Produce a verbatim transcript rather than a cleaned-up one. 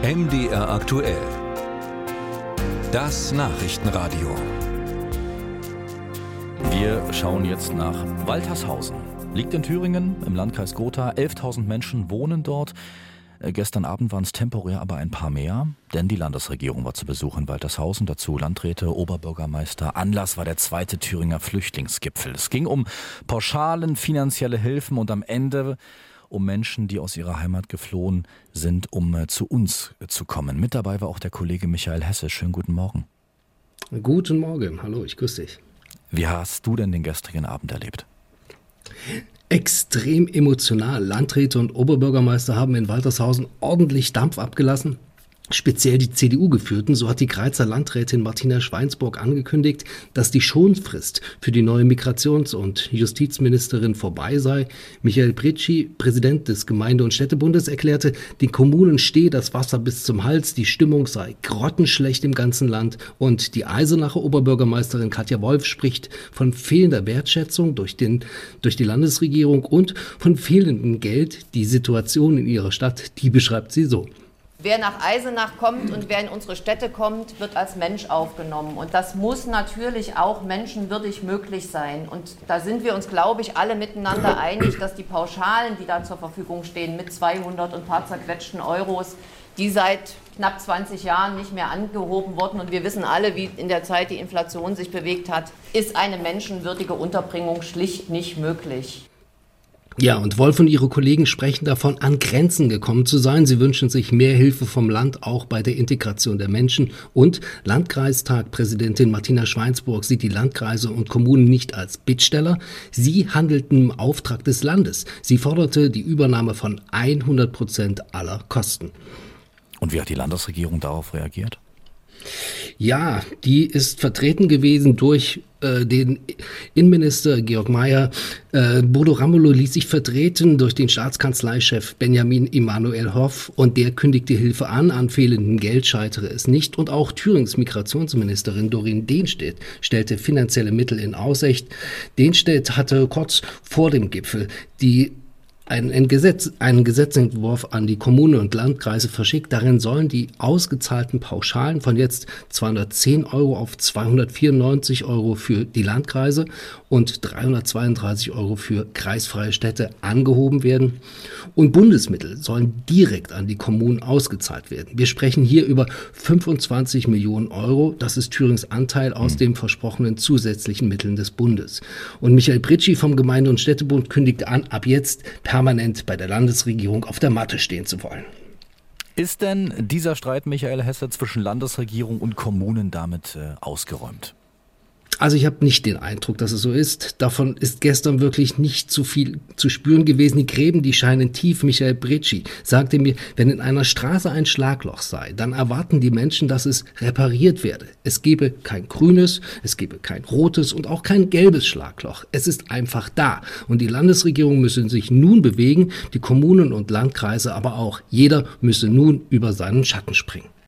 M D R aktuell. Das Nachrichtenradio. Wir schauen jetzt nach Waltershausen. Liegt in Thüringen im Landkreis Gotha. elftausend Menschen wohnen dort. Gestern Abend waren es temporär aber ein paar mehr, denn die Landesregierung war zu Besuch in Waltershausen, dazu Landräte, Oberbürgermeister. Anlass war der zweite Thüringer Flüchtlingsgipfel. Es ging um Pauschalen, finanzielle Hilfen und am Ende um Menschen, die aus ihrer Heimat geflohen sind, um äh, zu uns äh, zu kommen. Mit dabei war auch der Kollege Michael Hesse. Schönen guten Morgen. Guten Morgen, hallo, ich grüße dich. Wie hast du denn den gestrigen Abend erlebt? Extrem emotional. Landräte und Oberbürgermeister haben in Waltershausen ordentlich Dampf abgelassen. Speziell die C D U-Geführten, so hat die Greizer Landrätin Martina Schweinsburg angekündigt, dass die Schonfrist für die neue Migrations- und Justizministerin vorbei sei. Michael Britschi, Präsident des Gemeinde- und Städtebundes, erklärte, den Kommunen stehe das Wasser bis zum Hals, die Stimmung sei grottenschlecht im ganzen Land. Und die Eisenacher Oberbürgermeisterin Katja Wolf spricht von fehlender Wertschätzung durch, den, durch die Landesregierung und von fehlendem Geld. Die Situation in ihrer Stadt, die beschreibt sie so. Wer nach Eisenach kommt und wer in unsere Städte kommt, wird als Mensch aufgenommen. Und das muss natürlich auch menschenwürdig möglich sein. Und da sind wir uns, glaube ich, alle miteinander einig, dass die Pauschalen, die da zur Verfügung stehen, mit zweihundert und ein paar zerquetschten Euros, die seit knapp zwanzig Jahren nicht mehr angehoben wurden. Und wir wissen alle, wie in der Zeit die Inflation sich bewegt hat, ist eine menschenwürdige Unterbringung schlicht nicht möglich. Ja, und Wolf und ihre Kollegen sprechen davon, an Grenzen gekommen zu sein. Sie wünschen sich mehr Hilfe vom Land, auch bei der Integration der Menschen. Und Landkreistagpräsidentin Martina Schweinsburg sieht die Landkreise und Kommunen nicht als Bittsteller. Sie handelten im Auftrag des Landes. Sie forderte die Übernahme von hundert Prozent aller Kosten. Und wie hat die Landesregierung darauf reagiert? Ja, die ist vertreten gewesen durch äh, den Innenminister Georg Mayer. Äh, Bodo Ramelow ließ sich vertreten durch den Staatskanzleichef Benjamin Emanuel Hoff und der kündigte Hilfe an. An fehlendem Geld scheitere es nicht. Und auch Thürings Migrationsministerin Doreen Dehnstedt stellte finanzielle Mittel in Aussicht. Dehnstedt hatte kurz vor dem Gipfel die Ein, ein Gesetz, einen Gesetzentwurf an die Kommunen und Landkreise verschickt. Darin sollen die ausgezahlten Pauschalen von jetzt zweihundertzehn Euro auf zweihundertvierundneunzig Euro für die Landkreise und dreihundertzweiunddreißig Euro für kreisfreie Städte angehoben werden. Und Bundesmittel sollen direkt an die Kommunen ausgezahlt werden. Wir sprechen hier über fünfundzwanzig Millionen Euro. Das ist Thürings Anteil aus den versprochenen zusätzlichen Mitteln des Bundes. Und Michael Britschi vom Gemeinde- und Städtebund kündigte an, ab jetzt permanent bei der Landesregierung auf der Matte stehen zu wollen. Ist denn dieser Streit, Michael Hesse, zwischen Landesregierung und Kommunen damit äh, ausgeräumt? Also ich habe nicht den Eindruck, dass es so ist. Davon ist gestern wirklich nicht zu viel zu spüren gewesen. Die Gräben, die scheinen tief. Michael Britschi sagte mir, wenn in einer Straße ein Schlagloch sei, dann erwarten die Menschen, dass es repariert werde. Es gebe kein grünes, es gebe kein rotes und auch kein gelbes Schlagloch. Es ist einfach da. Und die Landesregierung müsse sich nun bewegen, die Kommunen und Landkreise aber auch. Jeder müsse nun über seinen Schatten springen.